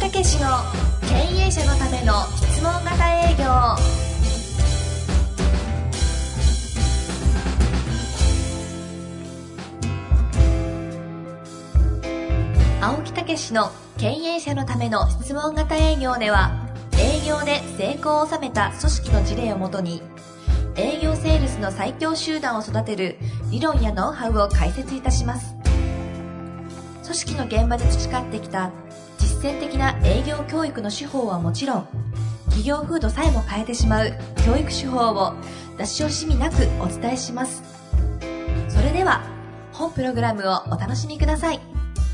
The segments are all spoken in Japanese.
武史の経営者のための質問型営業。青木武史の経営者のための質問型営業では、営業で成功を収めた組織の事例をもとに、営業セールスの最強集団を育てる理論やノウハウを解説いたします。組織の現場で培ってきた実践的な営業教育の手法はもちろん、企業風土さえも変えてしまう教育手法を出し惜しみなくお伝えします。それでは本プログラムをお楽しみください。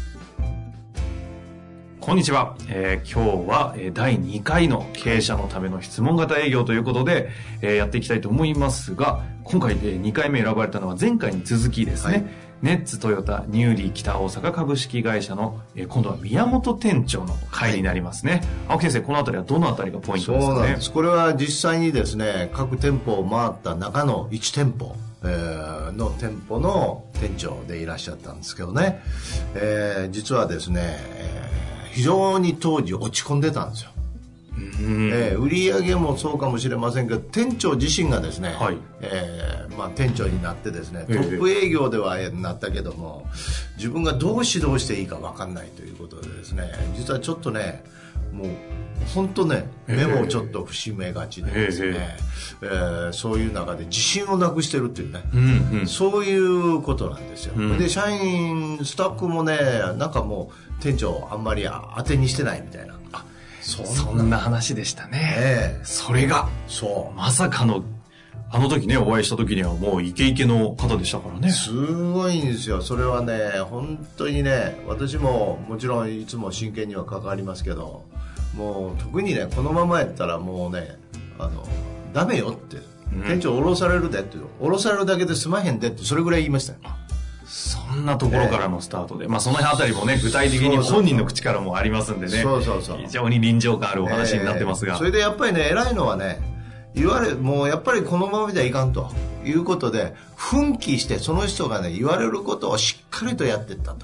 こんにちは、今日は第2回の経営者のための質問型営業ということで、やっていきたいと思いますが、今回で2回目選ばれたのは前回に続きですね、はい、ネッツトヨタニューリー北大阪株式会社の、今度は宮本店長の会になりますね、はい、青木先生、このあたりはどのあたりがポイントですかね。 そうなんです。これは実際にですね、各店舗を回った中の1店舗の店舗の店長でいらっしゃったんですけどね、実はですね、非常に当時落ち込んでたんですよ。売り上げもそうかもしれませんけど、店長自身がですね、はい、店長になってですね、トップ営業ではなったけども、自分がどう指導していいか分かんないということでですね、実はちょっとね、もう本当ね、目もちょっと伏めがちでですね、そういう中で自信をなくしてるっていうね、そういうことなんですよ。で、社員スタッフもね、なんかもう店長あんまり当てにしてないみたいな、 そんな話でしたね。それがまさかのあの時ね、お会いした時にはもうイケイケの方でしたからね。 すごいんですよ。それはね、本当にね、私ももちろんいつも真剣には関わりますけど、もう特にね、このままやったらもうね、ダメよって、店長降ろされるでって、降ろされるだけで済まへんでって、それぐらい言いましたよ。 そんなところからのスタートで、その辺あたりもね、具体的に本人の口からもありますんでね、非常に臨場感あるお話になってますが、 それでやっぱりね、偉いのはね、もうやっぱりこのままではいかんということで、奮起してその人がね、言われることをしっかりとやっていったと、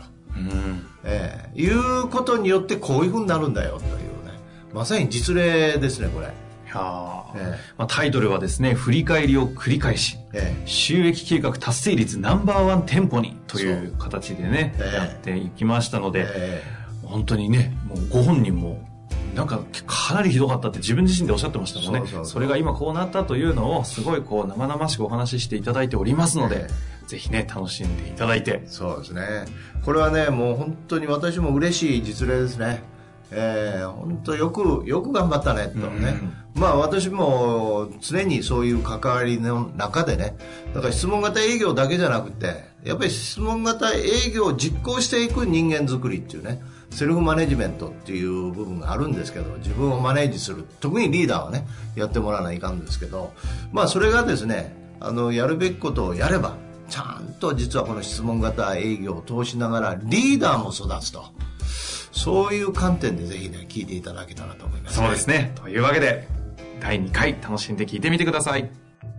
いうことによってこういうふうになるんだよというね、まさに実例ですね、これ。 タイトルはですね、振り返りを繰り返し、収益計画達成率No.1店舗にという形でね、やっていきましたので、本当にね、もうご本人もなんかかなりひどかったって自分自身でおっしゃってましたもんね。それが今こうなったというのをすごいこう生々しくお話ししていただいておりますので、ぜひね、楽しんでいただいて。 そうですね。これはね、もう本当に私も嬉しい実例ですね。本当よく頑張ったねとね、私も常にそういう関わりの中でね、だから質問型営業だけじゃなくて、やっぱり質問型営業を実行していく人間作りっていうね、セルフマネジメントっていう部分があるんですけど、自分をマネージする、特にリーダーはね、やってもらわないかんですけど、それがですね、やるべきことをやれば、ちゃんと実はこの質問型営業を通しながらリーダーも育つと、そういう観点でぜひね、聞いていただけたらと思います、 そうですね。というわけで、第2回楽しんで聞いてみてください。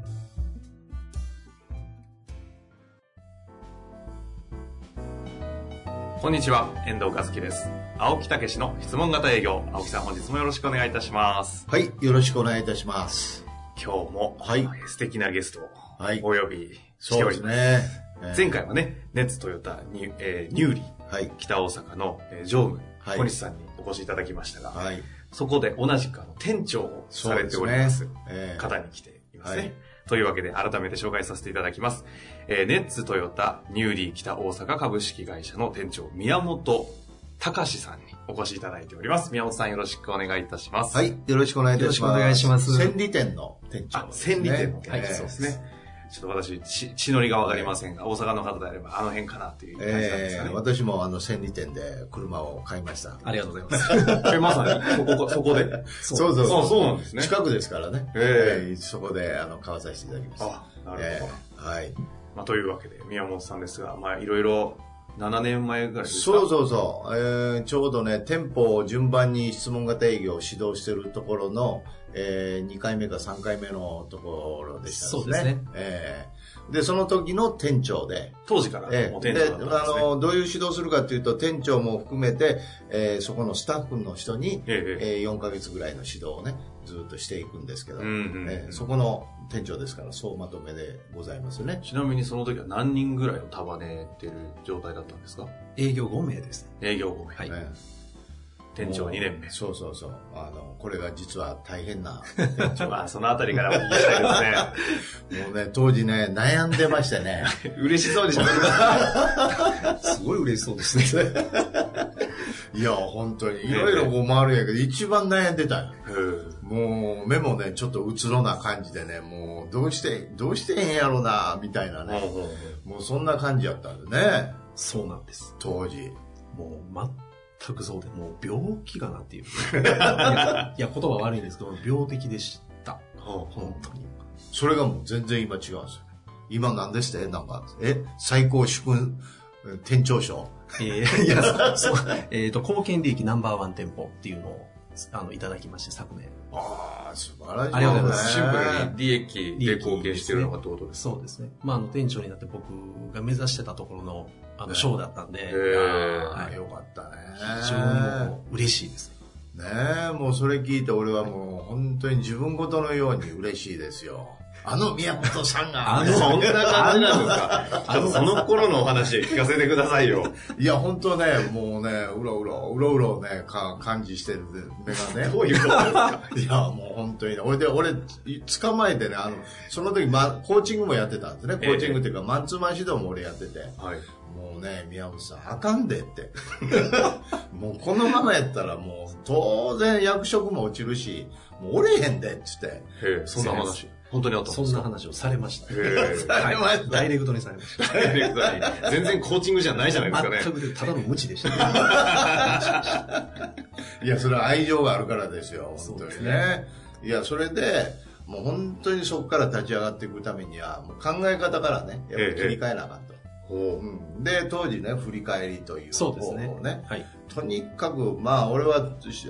こんにちは、遠藤和樹です。青木武の質問型営業。青木さん、本日もよろしくお願いいたします。 はい、よろしくお願いいたします。 今日も、素敵なゲストをお呼びしております。 そうですね。 前回はね、ネッツトヨタニューリー、北大阪の常務、小西さんにお越しいただきましたが、そこで同じく店長をされております、方に来ていますね。というわけで改めて紹介させていただきます。ネッツトヨタニューリー北大阪株式会社の店長、宮本隆さんにお越しいただいております。宮本さん、よろしくお願いいたします。 はい、よろしくお願いいたします。 よろしくお願いします。 千里店の店長ですね。 千里店の店長、そうですね。ちょっと私、地のりがわかりませんが、大阪の方であればあの辺かなっていう感じなんですかね。 私も千里店で車を買いました。 ありがとうございます。 まさに、そこで。 そうなんですね。 近くですからね。そこで買わさせていただきました。 なるほど。 はい。 というわけで、宮本さんですが、いろいろ7年前ぐらいですか？ そう。ちょうどね、店舗を順番に質問型営業を指導しているところの、2回目か3回目のところでしたね。 そうですね。 で、その時の店長で。 当時からもう店長だったんですね。 で、どういう指導するかっていうと、店長も含めて、そこのスタッフの人に、4ヶ月ぐらいの指導をね、ずっとしていくんですけど、そこの店長ですから、総まとめでございますね。 ちなみにその時は何人ぐらいを束ねてる状態だったんですか？ 営業5名です。 営業5名。 はい。 店長2年目。 そうそうそう。これが実は大変な店長。まあ、そのあたりからお聞きしたいですね。もうね、当時ね、悩んでましてね。 嬉しそうでしょ。 すごい嬉しそうですね。 いや、本当に。いろいろこう回るんやけど、一番悩んでたよ。もう、目もね、ちょっとうつろな感じでね、もう、どうしてへんやろな、みたいなね。もうそんな感じやったんでね。 そうなんです。 当時。 もう、全くそうで、もう病気かなっていう。いや、言葉悪いんですけど、病的でした。本当に。 それがもう全然今違うんですよ。今何でしたなんか、最高主君店長賞いや、そう、貢献利益No.1店舗っていうのを、いただきまして、昨年。 ああ、素晴らしい。 ありがとうございます。 シンプルに利益で貢献してるのがってことですか？ そうですね。店長になって僕が目指してたところの、賞だったんで。 はい、よかったね。 非常にもう嬉しいです。 ねえ、もうそれ聞いて俺はもう本当に自分ごとのように嬉しいですよ。宮本さんが。 そんな感じなんですか？ちょっとその頃のお話聞かせてくださいよ。 いや、本当ね、もうね、うろうろね、感じしてる目がね。 どういうことですか？ いや、もう本当にね。俺、捕まえてね、その時、コーチングもやってたんですね。コーチングっていうか、マンツーマン指導も俺やってて。はい。もうね、宮本さん、あかんでって。もうこのままやったらもう、当然役職も落ちるし、もう折れへんで、って言って。 そんな話。本当にあったんですか？ そんな話をされました。 ダイレクトにされました。 ダイレクトに。全然コーチングじゃないじゃないですかね。 全くただの無知でした。 いや、それは愛情があるからですよ、本当にね。いや、それで、もう本当にそこから立ち上がっていくためには、もう考え方からね、やっぱり切り替えなあかんと。で、当時ね、振り返りという方法をね、とにかく、俺は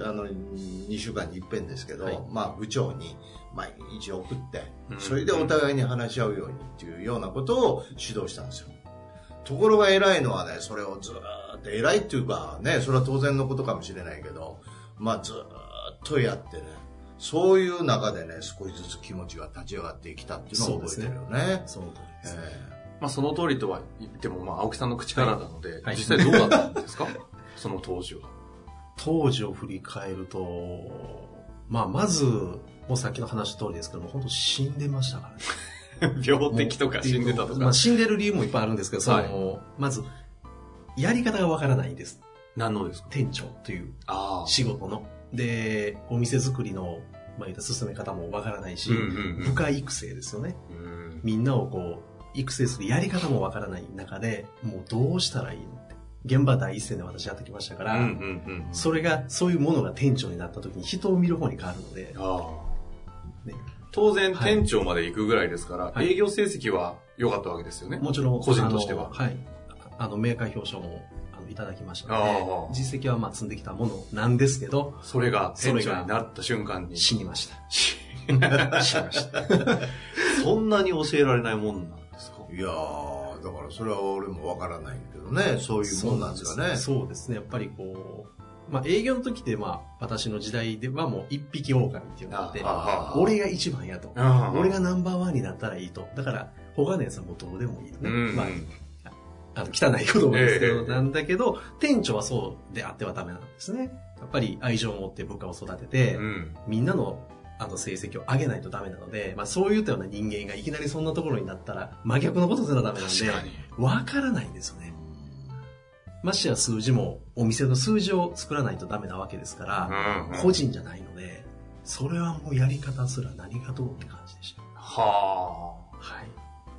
2週間に一遍ですけど、部長に毎日送って、それでお互いに話し合うようにっていうようなことを指導したんですよ。ところが偉いのはね、それをずーっと偉いっていうかね、それは当然のことかもしれないけど、ずーっとやってね、そういう中でね、少しずつ気持ちが立ち上がってきたっていうのを覚えてるよね。 その通りです。 その通りとは言っても、青木さんの口からなので、実際どうだったんですか？その当時は。 当時を振り返ると、まず、もうさっきの話通りですけども、本当死んでましたからね。 病的とか死んでたとか。 死んでる理由もいっぱいあるんですけど、まず、やり方がわからないんです。 何のですか？ 店長という仕事の。で、お店作りの、進め方もわからないし、部下育成ですよね。みんなを育成するやり方もわからない中で、もうどうしたらいいのって。現場第一線で私やってきましたから、そういうものが店長になった時に人を見る方に変わるので、 当然店長まで行くぐらいですから、営業成績は良かったわけですよね。 もちろん。 個人としては。 はい。メーカー表彰もいただきましたので、実績は積んできたものなんですけど、 それが店長になった瞬間に。 死にました。 死にました。そんなに教えられないもんなんですか？ いやー、だからそれは俺もわからないけどね、そういうもんなんですかね。 そうですね。やっぱり営業の時って私の時代ではもう一匹狼っていうのがあって、俺が一番やと。俺がNo.1になったらいいと。だから他のやつはもうどうでもいいとね。汚い言葉ですけど、なんだけど、店長はそうであってはダメなんですね。やっぱり愛情を持って部下を育てて、みんなの成績を上げないとダメなので、そういったような人間がいきなりそんなところになったら、真逆のことすらダメなんで、わからないんですよね。ましてや数字も、お店の数字を作らないとダメなわけですから、個人じゃないので、それはもうやり方すら何がどうって感じでした。 はい。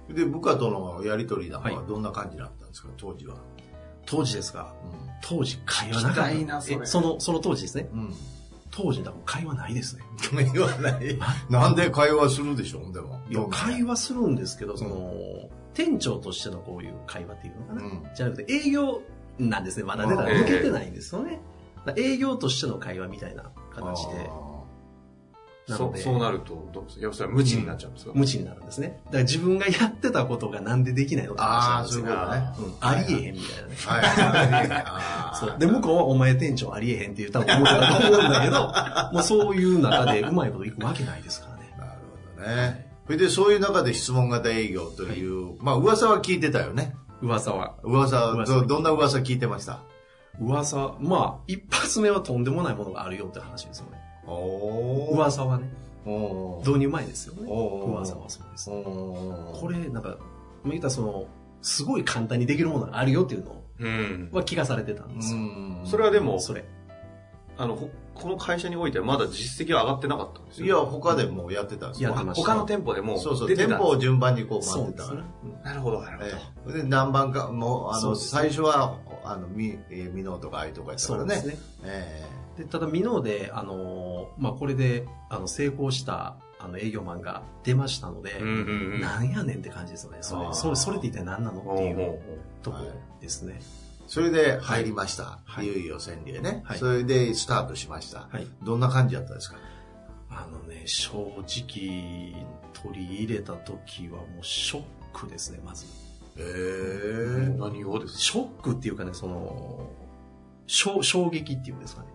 で、部下とのやりとりなんかはどんな感じだったんですか、当時は。 当時ですか？当時会話なかった。その当時ですね。当時だも会話ないですね。 会話ない。なんで会話するでしょうでも。 いや、会話するんですけど、店長としてのこういう会話っていうのかな。じゃなくて営業なんですね。まだ抜けてないんですよね。営業としての会話みたいな形で。 なのでそうなるとどうですか？それは無知になっちゃうんですか？ 無知になるんですね。だから自分がやってたことがなんでできないのって話なんですよ。ありえへんみたいなね。そう。で、向こうはお前店長ありえへんって言ったら思ってたと思うんだけど、もうそういう中でうまいこといくわけないですからね。 なるほどね。それでそういう中で質問型営業という、まあ噂は聞いてたよね。 噂はどんな噂聞いてました？ 噂、まあ一発目はとんでもないものがあるよって話ですよね。噂はね。導入前ですよね。噂はそうです。これ、なんか、言ったらすごい簡単にできるものがあるよっていうのは聞かされてたんですよ。 それはでも、この会社においてはまだ実績は上がってなかったんですよ。 いや、他でもやってたんですよ。 他の店舗でもそう、店舗を順番にこう回ってたから。 なるほど。 で、何番か、もう、最初は、ミノーとか愛とかやったからね。そうですね。 で、ただ、ミノーで、まあ、これで、成功した、営業マンが出ましたので、なんやねんって感じですよね。それって一体何なのっていうところですね。 それで入りました。いよいよ千里へね。それでスタートしました。どんな感じだったですか？ 正直、取り入れた時はもうショックですね、まず。 何をですか？ ショックっていうかね、衝撃っていうんですかね。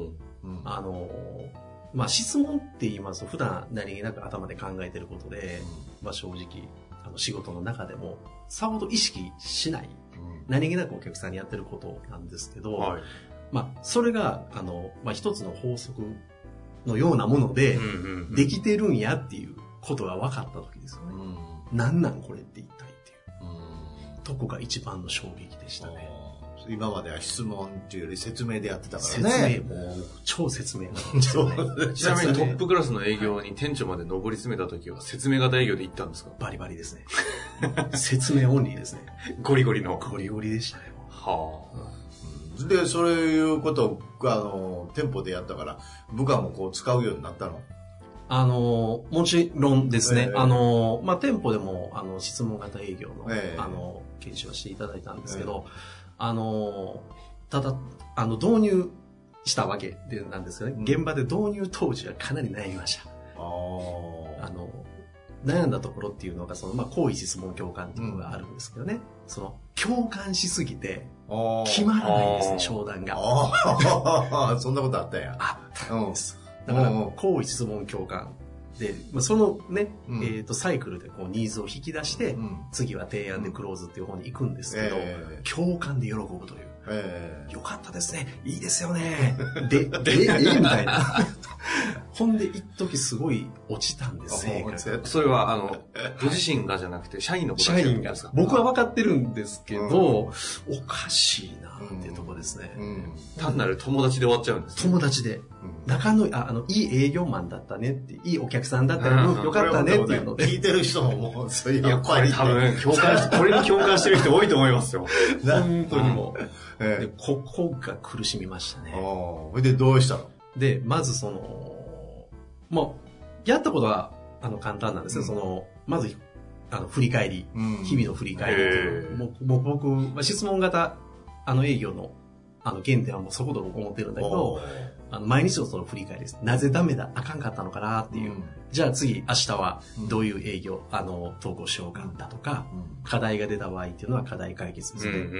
まあ、質問って言いますと、普段何気なく頭で考えてることで、まあ正直、仕事の中でも、さほど意識しない、何気なくお客さんにやってることなんですけど、まあ、それが、まあ一つの法則のようなもので、できてるんやっていうことが分かった時ですよね。なんなんこれって一体っていう。とこが一番の衝撃でしたね。 今までは質問っていうより説明でやってたからね。 説明、もう超説明なんですよね。 ちなみにトップクラスの営業に店長まで上り詰めた時は説明型営業で行ったんですか？ バリバリですね。説明オンリーですね。 ゴリゴリの。 ゴリゴリでしたね。 で、そういうことを、店舗でやったから、部下もこう使うようになったの？ もちろんですね。まあ、店舗でも、質問型営業の、研修をしていただいたんですけど、ただ、導入したわけなんですよね。現場で導入当時はかなり悩みました。悩んだところっていうのが、まあ、行為質問共感っていうのがあるんですけどね。共感しすぎて、決まらないんですね、商談が。 そんなことあったんや。 あったんです。だから、行為質問共感。で、そのね、サイクルでこうニーズを引き出して、次は提案でクローズっていう方に行くんですけど、共感で喜ぶという。よかったですね。いいですよね。で、みたいな。ほんで、一時すごい落ちたんですよ。 それは、ご自身がじゃなくて、社員のことですか？ 僕は分かってるんですけど、おかしいなっていうところですね。 単なる友達で終わっちゃうんですね。 友達で。仲のいい営業マンだったねって、いいお客さんだったら、よかったねっていうので。 聞いてる人ももう、そういう。 いや、これ多分、これに共感してる人多いと思いますよ。 本当にもう。ここが苦しみましたね。 それでどうしたの？ で、まずまあ、やったことは、簡単なんですよ。まず、振り返り、日々の振り返りっていうの。もう僕、質問型、営業の、原点はもうそこと僕思ってるんだけど、毎日のその振り返りです。なぜダメだ、あかんかったのかなっていう。じゃあ次、明日はどういう営業、投稿しようかだとか、課題が出た場合っていうのは課題解決ですね。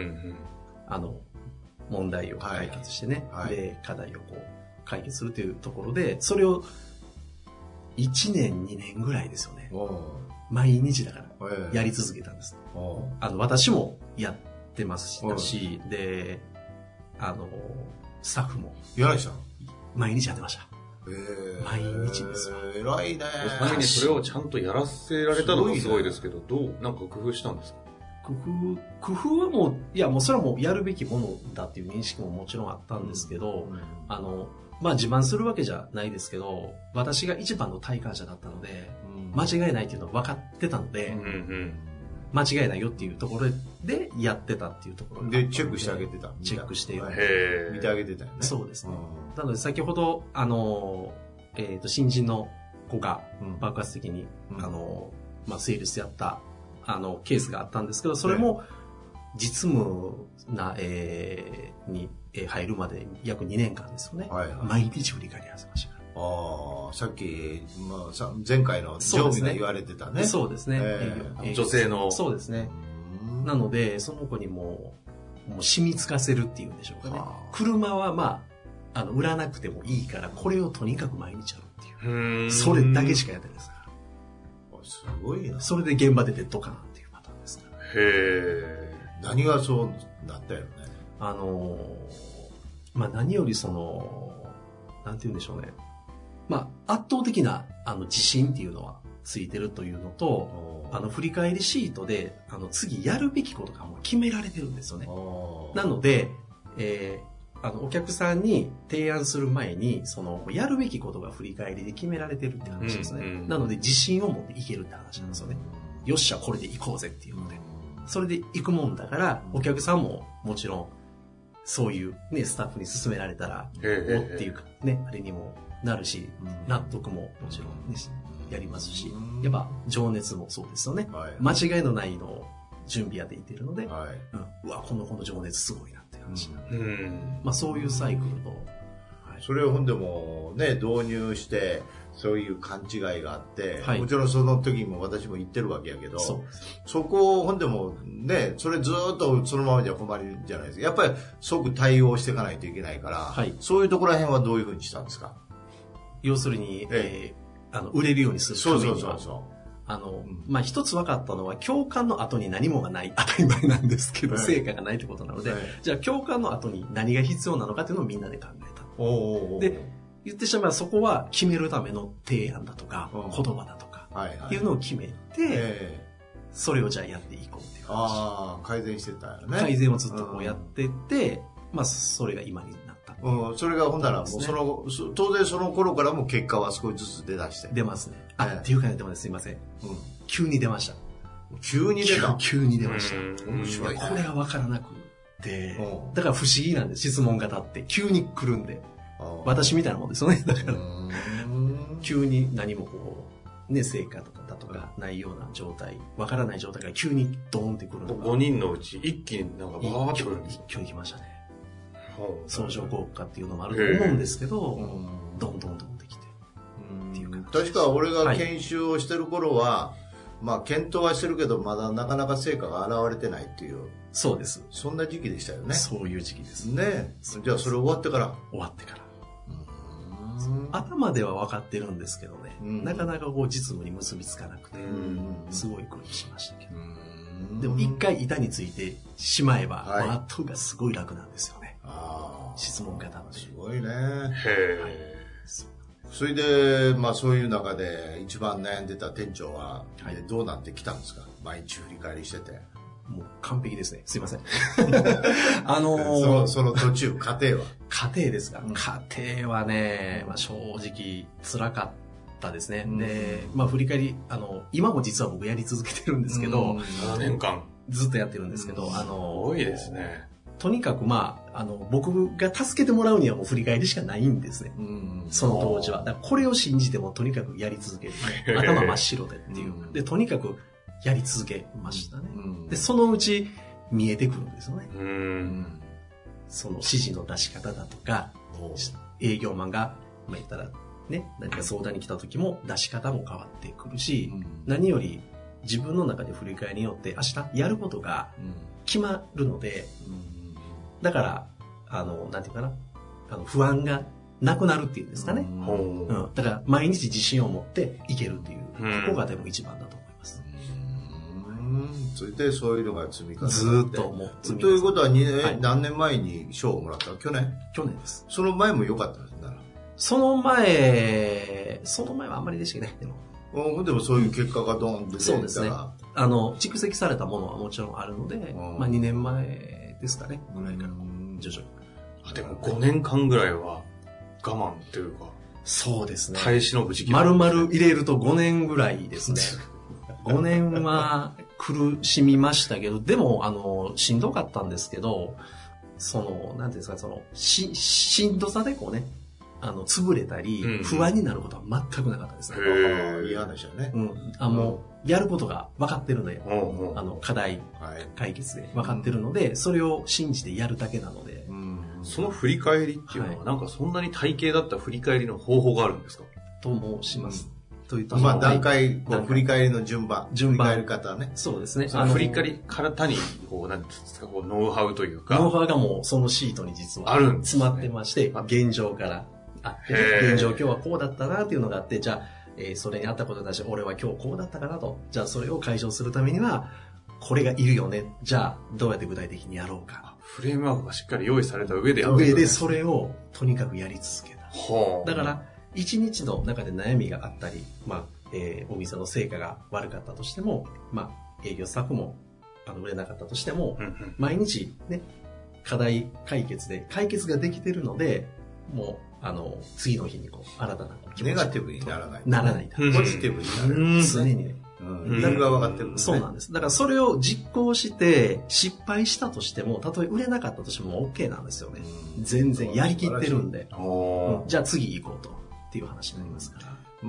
問題を解決してね。で、課題をこう、解決するというところで、それを、1年、2年ぐらいですよね。毎日だから、やり続けたんです。私もやってましたし、で、スタッフも。 やらしたの？ 毎日やってました。毎日ですよ。 偉いね。 ちなみにそれをちゃんとやらせられたのがすごいですけど、なんか工夫したんですか？ 工夫はもう、もうそれはもうやるべきものだっていう認識ももちろんあったんですけど、まあ自慢するわけじゃないですけど、私が一番の体感者だったので、間違いないっていうのは分かってたので、間違いないよっていうところでやってたっていうところで、チェックしてあげてた。 チェックして見てあげてたよね。 そうですね。なので先ほど、新人の子が爆発的に、まあ、セールスやった、ケースがあったんですけど、それも、実務に入るまで約2年間ですよね。毎日振り返り始めましたから。 さっき、前回の常務が言われてたね。 そうですね。 女性の。 そうですね。なので、その子にもう染みつかせるっていうんでしょうかね。車は売らなくてもいいから、これをとにかく毎日やるっていう。それだけしかやってないですから。 すごいな。 それで現場出てドカーンっていうパターンですから。 へえ。 何がそうなったよね。 何よりなんて言うんでしょうね。圧倒的な、自信っていうのはついてるというのと、振り返りシートで、次やるべきことがもう決められてるんですよね。なので、お客さんに提案する前に、やるべきことが振り返りで決められてるって話ですね。なので、自信を持っていけるって話なんですよね。よっしゃ、これで行こうぜっていうので。それで行くもんだから、お客さんももちろん、そういうね、スタッフに勧められたら、おっていうかね、あれにもなるし、納得ももちろんね、やりますし、やっぱ情熱もそうですよね。間違いのないのを準備やっていっているので、うわ、この情熱すごいなっていう話。そういうサイクルの。 それをほんでもね、導入して、そういう勘違いがあって、もちろんその時も私も言ってるわけやけど、そこをほんでもね、それずっとそのままじゃ困るじゃないですか。やっぱり即対応していかないといけないから、そういうところら辺はどういうふうにしたんですか？ 要するに、売れるようにするためには。一つ分かったのは、共感の後に何もがない、当たり前なんですけど、成果がないってことなので、じゃあ共感の後に何が必要なのかっていうのをみんなで考えた。で、言ってしまえばそこは決めるための提案だとか、言葉だとか、っていうのを決めて、それをじゃあやっていこうっていう話。 改善してたよね。 改善をずっとこうやってて、それが今になった。 それがほんなら、もう当然その頃からも結果は少しずつ出だして。 出ますね。っていうかね、でもね、すいません。急に出ました。 急に出た？ 急に出ました。 面白いね。 これが分からなくて、だから不思議なんです、質問型って。急に来るんで。私みたいなもんですよね。だから、急に何も成果だとかないような状態、わからない状態が急にドーンってくるのが。 5人のうち一気になんかバーってくるんですか？ 一挙に来ましたね。相乗効果っていうのもあると思うんですけど、ドンドンドンってきて。っていう感じ。 確か俺が研修をしてる頃は、検討はしてるけど、まだなかなか成果が現れてないっていう。 そうです。 そんな時期でしたよね。 そういう時期です。 ね。じゃあそれ終わってから。 終わってから。頭では分かってるんですけどね、なかなか実務に結びつかなくて、すごい苦労しましたけど。でも一回板についてしまえば、後がすごい楽なんですよね。質問型って。 すごいね。それで、そういう中で一番悩んでた店長は、どうなってきたんですか？毎日振り返りしてて。 もう完璧ですね。すいません。 その途中、家庭は家庭ですか？家庭はね、正直辛かったですね。で、振り返り、今も実は僕やり続けてるんですけど、 7年間。 ずっとやってるんですけど、 すごいですね。 とにかく僕が助けてもらうにはもう振り返りしかないんですね。その当時は。だからこれを信じてもとにかくやり続ける。頭真っ白でっていう。で、とにかくやり続けましたね。で、そのうち見えてくるんですよね。その指示の出し方だとか、営業マンが、言ったらね、何か相談に来た時も出し方も変わってくるし、何より自分の中で振り返りによって明日やることが決まるので、だから、なんていうかな、不安がなくなるっていうんですかね。だから毎日自信を持っていけるっていう、ここがでも一番だと思います。 それでそういうのが積み重なって。 ずっともう積み重なって。 ということは何年前に賞をもらったの？去年です。 その前も良かったんですなら。 その前はあんまりでしたけどね、 でもそういう結果がドンって出てたら。 そうですね。蓄積されたものはもちろんあるので、2年前ですかね、ぐらいから徐々に。 でも5年間ぐらいは我慢というか。 そうですね。 耐え忍ぶ時期。 丸々入れると5年ぐらいですね。5年は苦しみましたけど、でも、しんどかったんですけど、なんていうんですか、しんどさで潰れたり、不安になることは全くなかったですね。 いい話だね。 もう、やることが分かってるので、課題解決で分かってるので、それを信じてやるだけなので、 その振り返りっていうのは、なんかそんなに体系だった振り返りの方法があるんですか？ と申します。というと、 段階、振り返りの順番。振り返り方ね。 そうですね。 振り返りからに、なんですか、ノウハウというか。 ノウハウがもうそのシートに実は詰まってまして、現状からあって、現状今日はこうだったなっていうのがあって、じゃあ、それにあったことだし、俺は今日こうだったかなと。じゃあそれを解消するためには、これがいるよね。じゃあ、どうやって具体的にやろうか。 フレームワークがしっかり用意された上でやってる、ね。上でそれをとにかくやり続けた。だから、一日の中で悩みがあったり、お店の成果が悪かったとしても、営業スタッフも売れなかったとしても、毎日ね、課題解決ができてるので、もう、次の日に新たな気持ち。 ネガティブにならない。 ならない。 ポジティブになる。 常にね。 何が分かってるんですね。 そうなんです。だからそれを実行して失敗したとしても、たとえ売れなかったとしても OK なんですよね。全然やりきってるんで。じゃあ次行こうと。っていう話になりますから。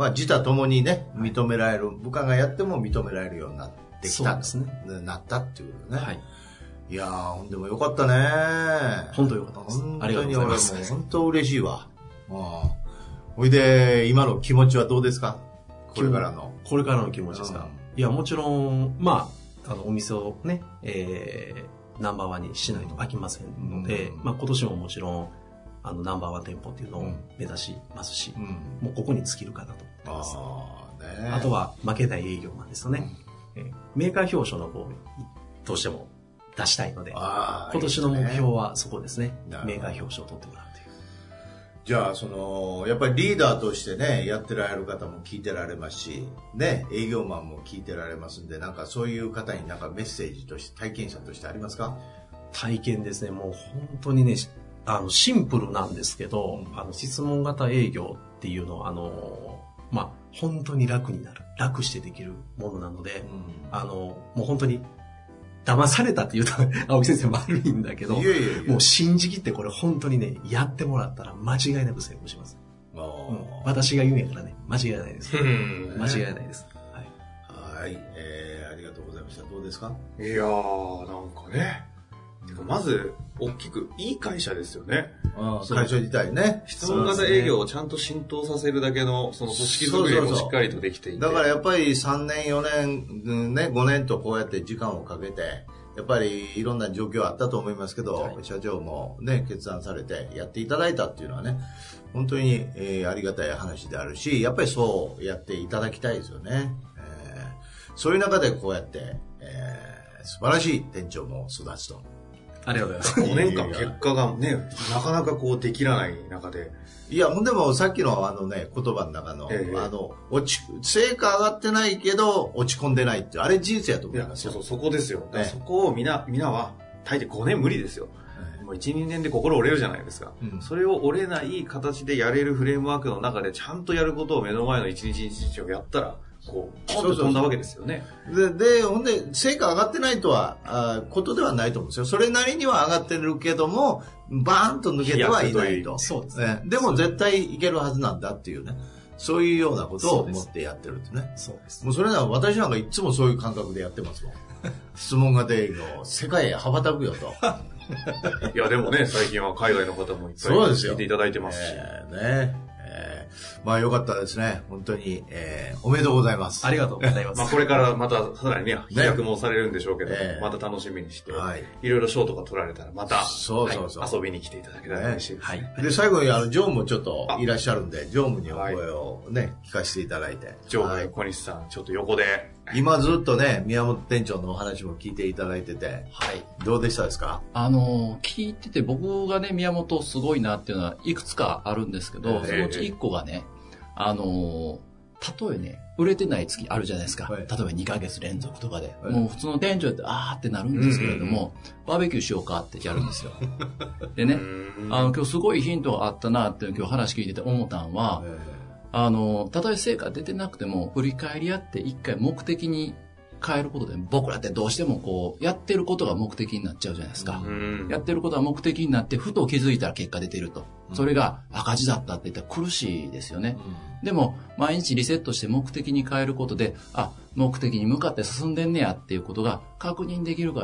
自他ともにね、認められる。部下がやっても認められるようになってきた。そうですね。なったっていうね。はい。いやー、でもよかったね。 本当よかったです。 本当に俺も本当嬉しいわ。ほいで、今の気持ちはどうですか？これからの気持ちですか？いや、もちろん、お店をね、ナンバーワンにしないと飽きませんので、今年ももちろん、ナンバーワン店舗っていうのを目指しますし、もうここに尽きるかなと思います。あとは負けない営業マンですよね。メーカー表彰の方どうしても出したいので、今年の目標はそこですね。メーカー表彰を取ってもらうという。 じゃあ、やっぱりリーダーとしてね、やってられる方も聞いてられますし、ね、営業マンも聞いてられますんで、なんかそういう方になんかメッセージとして、体験者としてありますか？ 体験ですね。もう本当にね、シンプルなんですけど、質問型営業っていうのは、本当に楽になる。楽してできるものなので、もう本当に、騙されたって言うと、青木先生悪いんだけど、もう信じきってこれ本当にね、やってもらったら間違いなく成功します。私が言うんやからね、間違いないです。間違いないです。 はい。ありがとうございました。どうですか？ いやー、なんかね。まず、大きく、いい会社ですよね。 会社自体ね。 質問型営業をちゃんと浸透させるだけの、その組織作りもしっかりとできていて。 だからやっぱり3年、4年、ね、5年とこうやって時間をかけて、やっぱりいろんな状況あったと思いますけど、社長もね、決断されてやっていただいたっていうのはね、本当に、ありがたい話であるし、やっぱりそうやっていただきたいですよね。そういう中でこうやって、素晴らしい店長も育つと。 ありがとうございます。 5年間結果がね、なかなかできらない中で。 いや、でもさっきの言葉の中の、成果上がってないけど、落ち込んでないっていう、あれ人生やと思いますよ。 そこですよ。そこをみんなは、大抵5年無理ですよ。もう1、2年で心折れるじゃないですか。それを折れない形でやれるフレームワークの中で、ちゃんとやることを目の前の一日一日をやったら、ポンと飛んだわけですよね。 ほんで、成果上がってないとは、ことではないと思うんですよ。それなりには上がってるけども、バーンと抜けてはいないと。 そうですね。 でも絶対いけるはずなんだっていうね。そういうようなことを思ってやってるってね。 そうです。 もうそれなら私なんかいつもそういう感覚でやってますもん。質問型営業、世界へ羽ばたくよと。 いや、でもね、最近は海外の方もいっぱい聞いていただいてますし。 よかったですね。本当に、おめでとうございます。 ありがとうございます。 これからまたさらにね、飛躍もされるんでしょうけど、また楽しみにして、いろいろ賞とか取られたらまた、遊びに来ていただけたら嬉しいです。 で、最後に常務もちょっといらっしゃるんで、常務にお声をね、聞かせていただいて。 常務の小西さん、ちょっと横で。 今ずっとね、宮本店長のお話も聞いていただいてて、どうでしたですか？ 聞いてて僕がね、宮本すごいなっていうのはいくつかあるんですけど、そのうち1個がね、たとえね、売れてない月あるじゃないですか。例えば2ヶ月連続とかで。もう普通の店長って、あーってなるんですけれども、バーベキューしようかってやるんですよ。でね、今日すごいヒントがあったなって今日話聞いてて思ったのは、たとえ成果出てなくても、振り返りやって一回目的に変えることで、僕らってどうしてもやってることが目的になっちゃうじゃないですか。やってることが目的になって、ふと気づいたら結果出てると。それが赤字だったって言ったら苦しいですよね。でも、毎日リセットして目的に変えることで、目的に向かって進んでんねやっていうことが確認できるから、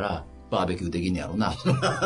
バーベキューできんねやろうな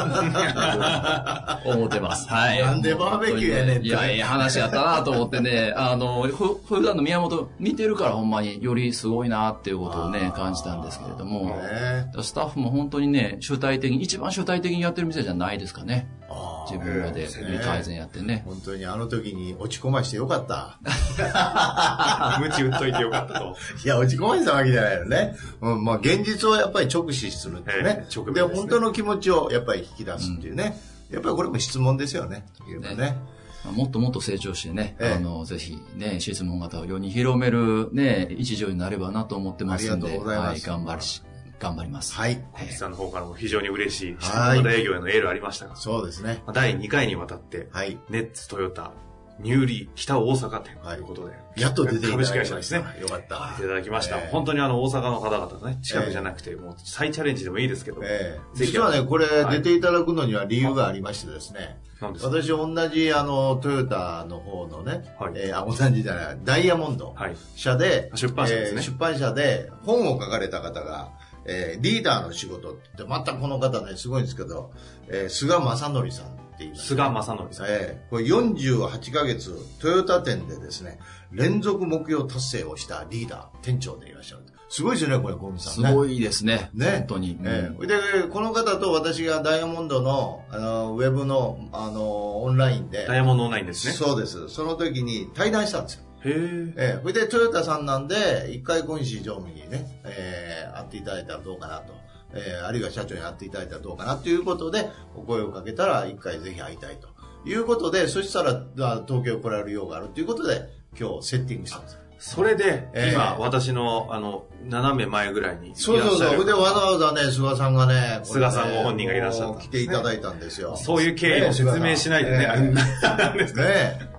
思ってます。はい。 なんでバーベキューやねんって。 いや、いい話やったなと思ってね、普段の宮本見てるからほんまによりすごいなっていうことをね、感じたんですけれども、スタッフも本当にね、一番主体的にやってる店じゃないですかね。自分らで改善やってね。 本当にあの時に落ち込ましてよかった。 無知打っといてよかったと。 いや、落ち込ましたわけじゃないよね。まあ現実をやっぱり直視するっていうね。で、本当の気持ちをやっぱり引き出すっていうね。やっぱりこれも質問ですよね。 もっともっと成長してね、ぜひね、質問型を世に広めるね、一助になればなと思ってますんで、 ありがとうございます。 頑張ります。 はい。 小木さんの方からも非常に嬉しい質問型営業へのエールありましたが。 そうですね。 第2回にわたって、ネッツトヨタニューリー北大阪店ということで、 やっと出ていただきました。 株式会社ですね。 よかった。 出ていただきました。本当に大阪の方々ね、近くじゃなくて、もう再チャレンジでもいいですけど。 実はね、これ出ていただくのには理由がありましてですね。私同じトヨタの方のね、同じじゃない、ダイヤモンド社で、 出版社ですね。 出版社で本を書かれた方が、リーダーの仕事ってまたこの方ねすごいんですけど、菅正則さんっていう菅正則さん、 これ48ヶ月トヨタ店でですね連続目標達成をしたリーダー店長でいらっしゃる。すごいですよねこれ小海さんね。 すごいですね本当に。 でこの方と私がダイヤモンドのウェブのオンラインでダイヤモンドオンラインですね。 そうです。その時に対談したんですよ。それでトヨタさんなんで一回小西常務にね、会っていただいたらどうかなと、あるいは社長に会っていただいたらどうかなということでお声をかけたら一回ぜひ会いたいということで、そしたら東京来られる用があるということで今日セッティングしたんです。 それで、今私の斜め前ぐらいにそうそれでわざわざね菅さんがね菅さんご本人がいらっしゃった、 来ていただいたんですよ。 そういう経緯を説明しないでね、あれなんですね。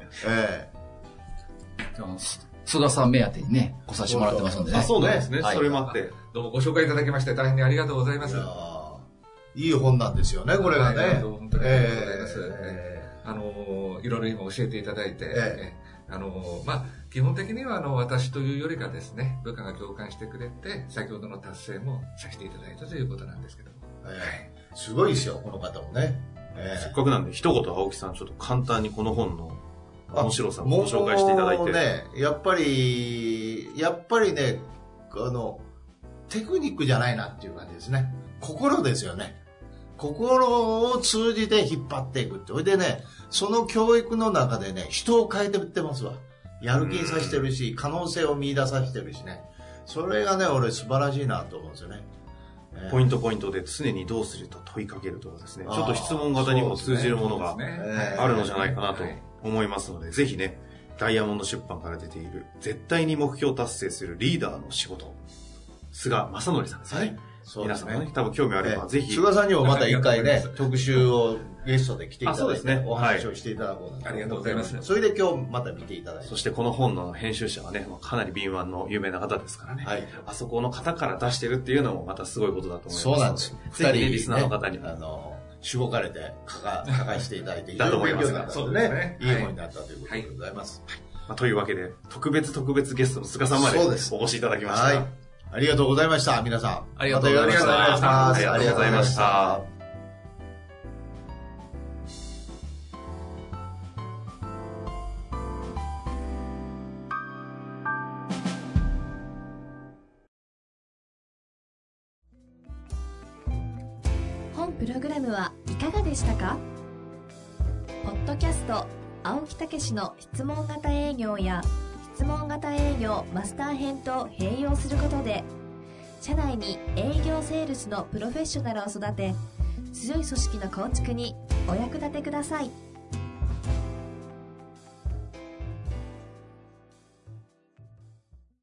菅さん目当てにね来させてもらってますんでね。 そうなんですね。それもあってどうもご紹介いただきまして大変にありがとうございます。 いい本なんですよねこれがね。 本当にありがとうございます。いろいろ今教えていただいて、基本的には私というよりかですね部下が共感してくれて先ほどの達成もさせていただいたということなんですけども、 すごいですよこの方もね。 せっかくなんで一言青木さんちょっと簡単にこの本の面白さをご紹介していただいて。 ね、やっぱりねテクニックじゃないなっていう感じですね。心ですよね。心を通じて引っ張っていくって。それでねその教育の中でね人を変えてってますわ。やる気にさせてるし可能性を見出させてるしね。それがね俺素晴らしいなと思うんですよね。 ポイントで常にどうすると問いかけるとかですね、ちょっと質問型にも通じるものがあるのじゃないかなと思いますので、ぜひねダイヤモンド出版から出ている絶対に目標達成するリーダーの仕事、菅正則さんですね。皆さんもね多分興味あればぜひ菅さんにもまた一回ね特集をゲストで来ていただいてお話をしていただこう。 ありがとうございます。 それで今日また見ていただいて、 そしてこの本の編集者はねかなり敏腕の有名な方ですからね、あそこの方から出してるっていうのもまたすごいことだと思います。 そうなんです。 ぜひねリスナーの方にしごかれて書かしていただいてだと思いますが、そうですね、いい本になったということでございます。 というわけで特別ゲストの菅さんまでお越しいただきました。 ありがとうございました。皆さんありがとうございました。 ありがとうございました。 本プログラムはいかがでしたか？ポッドキャスト青木武の質問型営業や質問型営業マスター編と併用することで社内に営業セールスのプロフェッショナルを育て強い組織の構築にお役立てください。